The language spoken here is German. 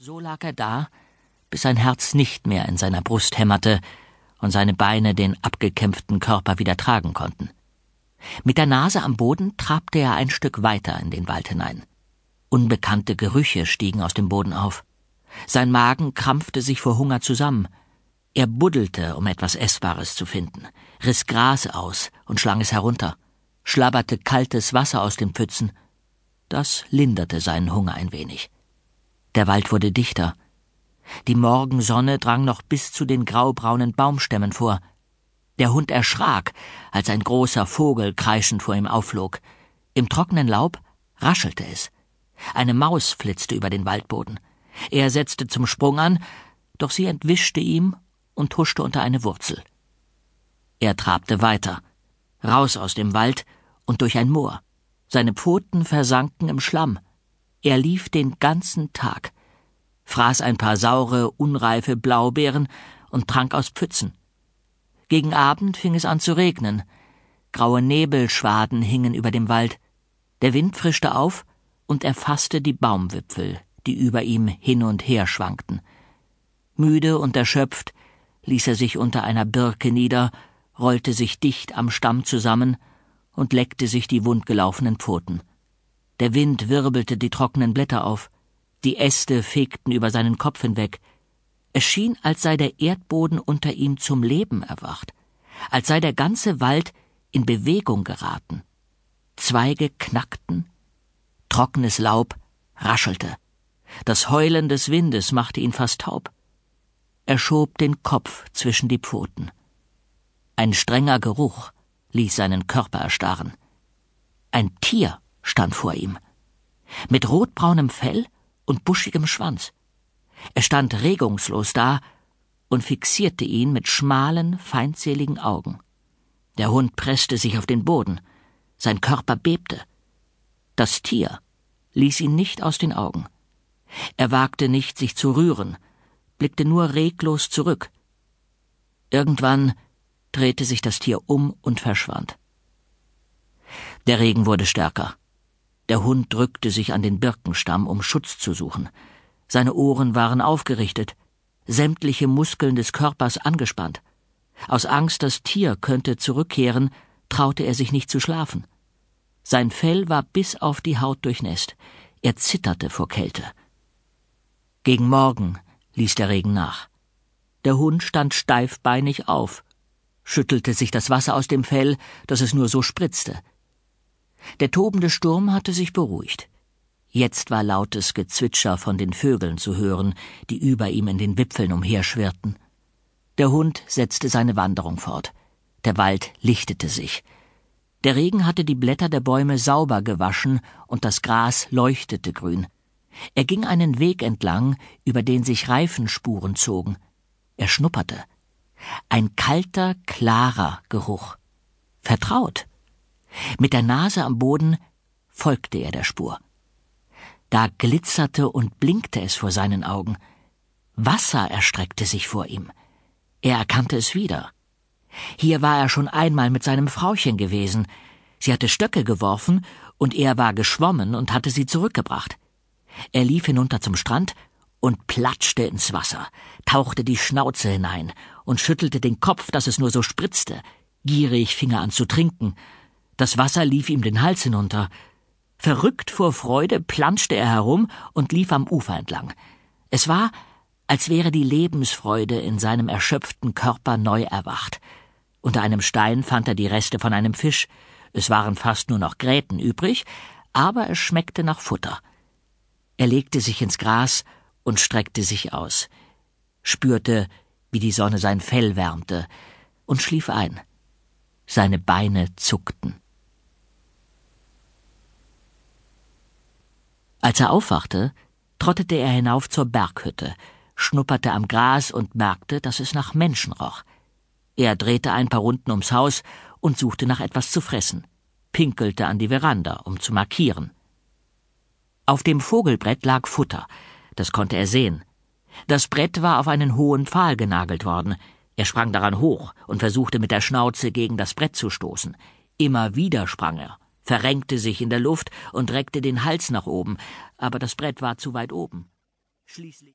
So lag er da, bis sein Herz nicht mehr in seiner Brust hämmerte und seine Beine den abgekämpften Körper wieder tragen konnten. Mit der Nase am Boden trabte er ein Stück weiter in den Wald hinein. Unbekannte Gerüche stiegen aus dem Boden auf. Sein Magen krampfte sich vor Hunger zusammen. Er buddelte, um etwas Essbares zu finden, riss Gras aus und schlang es herunter, schlabberte kaltes Wasser aus den Pfützen. Das linderte seinen Hunger ein wenig. Der Wald wurde dichter. Die Morgensonne drang noch bis zu den graubraunen Baumstämmen vor. Der Hund erschrak, als ein großer Vogel kreischend vor ihm aufflog. Im trockenen Laub raschelte es. Eine Maus flitzte über den Waldboden. Er setzte zum Sprung an, doch sie entwischte ihm und huschte unter eine Wurzel. Er trabte weiter, raus aus dem Wald und durch ein Moor. Seine Pfoten versanken im Schlamm. Er lief den ganzen Tag, fraß ein paar saure, unreife Blaubeeren und trank aus Pfützen. Gegen Abend fing es an zu regnen. Graue Nebelschwaden hingen über dem Wald. Der Wind frischte auf und erfasste die Baumwipfel, die über ihm hin und her schwankten. Müde und erschöpft ließ er sich unter einer Birke nieder, rollte sich dicht am Stamm zusammen und leckte sich die wundgelaufenen Pfoten. Der Wind wirbelte die trockenen Blätter auf. Die Äste fegten über seinen Kopf hinweg. Es schien, als sei der Erdboden unter ihm zum Leben erwacht, als sei der ganze Wald in Bewegung geraten. Zweige knackten, trockenes Laub raschelte. Das Heulen des Windes machte ihn fast taub. Er schob den Kopf zwischen die Pfoten. Ein strenger Geruch ließ seinen Körper erstarren. Ein Tier stand vor ihm, mit rotbraunem Fell und buschigem Schwanz. Er stand regungslos da und fixierte ihn mit schmalen, feindseligen Augen. Der Hund presste sich auf den Boden. Sein Körper bebte. Das Tier ließ ihn nicht aus den Augen. Er wagte nicht, sich zu rühren, blickte nur reglos zurück. Irgendwann drehte sich das Tier um und verschwand. Der Regen wurde stärker. Der Hund drückte sich an den Birkenstamm, um Schutz zu suchen. Seine Ohren waren aufgerichtet, sämtliche Muskeln des Körpers angespannt. Aus Angst, das Tier könnte zurückkehren, traute er sich nicht zu schlafen. Sein Fell war bis auf die Haut durchnässt. Er zitterte vor Kälte. Gegen Morgen ließ der Regen nach. Der Hund stand steifbeinig auf, schüttelte sich das Wasser aus dem Fell, dass es nur so spritzte. Der tobende Sturm hatte sich beruhigt. Jetzt war lautes Gezwitscher von den Vögeln zu hören, die über ihm in den Wipfeln umherschwirrten. Der Hund setzte seine Wanderung fort. Der Wald lichtete sich. Der Regen hatte die Blätter der Bäume sauber gewaschen und das Gras leuchtete grün. Er ging einen Weg entlang, über den sich Reifenspuren zogen. Er schnupperte. Ein kalter, klarer Geruch. Vertraut. Mit der Nase am Boden folgte er der Spur. Da glitzerte und blinkte es vor seinen Augen. Wasser erstreckte sich vor ihm. Er erkannte es wieder. Hier war er schon einmal mit seinem Frauchen gewesen. Sie hatte Stöcke geworfen, und er war geschwommen und hatte sie zurückgebracht. Er lief hinunter zum Strand und platschte ins Wasser, tauchte die Schnauze hinein und schüttelte den Kopf, dass es nur so spritzte. Gierig fing er an zu trinken. Das Wasser lief ihm den Hals hinunter. Verrückt vor Freude planschte er herum und lief am Ufer entlang. Es war, als wäre die Lebensfreude in seinem erschöpften Körper neu erwacht. Unter einem Stein fand er die Reste von einem Fisch. Es waren fast nur noch Gräten übrig, aber es schmeckte nach Futter. Er legte sich ins Gras und streckte sich aus, spürte, wie die Sonne sein Fell wärmte, und schlief ein. Seine Beine zuckten. Als er aufwachte, trottete er hinauf zur Berghütte, schnupperte am Gras und merkte, dass es nach Menschen roch. Er drehte ein paar Runden ums Haus und suchte nach etwas zu fressen, pinkelte an die Veranda, um zu markieren. Auf dem Vogelbrett lag Futter, das konnte er sehen. Das Brett war auf einen hohen Pfahl genagelt worden. Er sprang daran hoch und versuchte mit der Schnauze gegen das Brett zu stoßen. Immer wieder sprang er, verrenkte sich in der Luft und reckte den Hals nach oben, aber das Brett war zu weit oben. Schließlich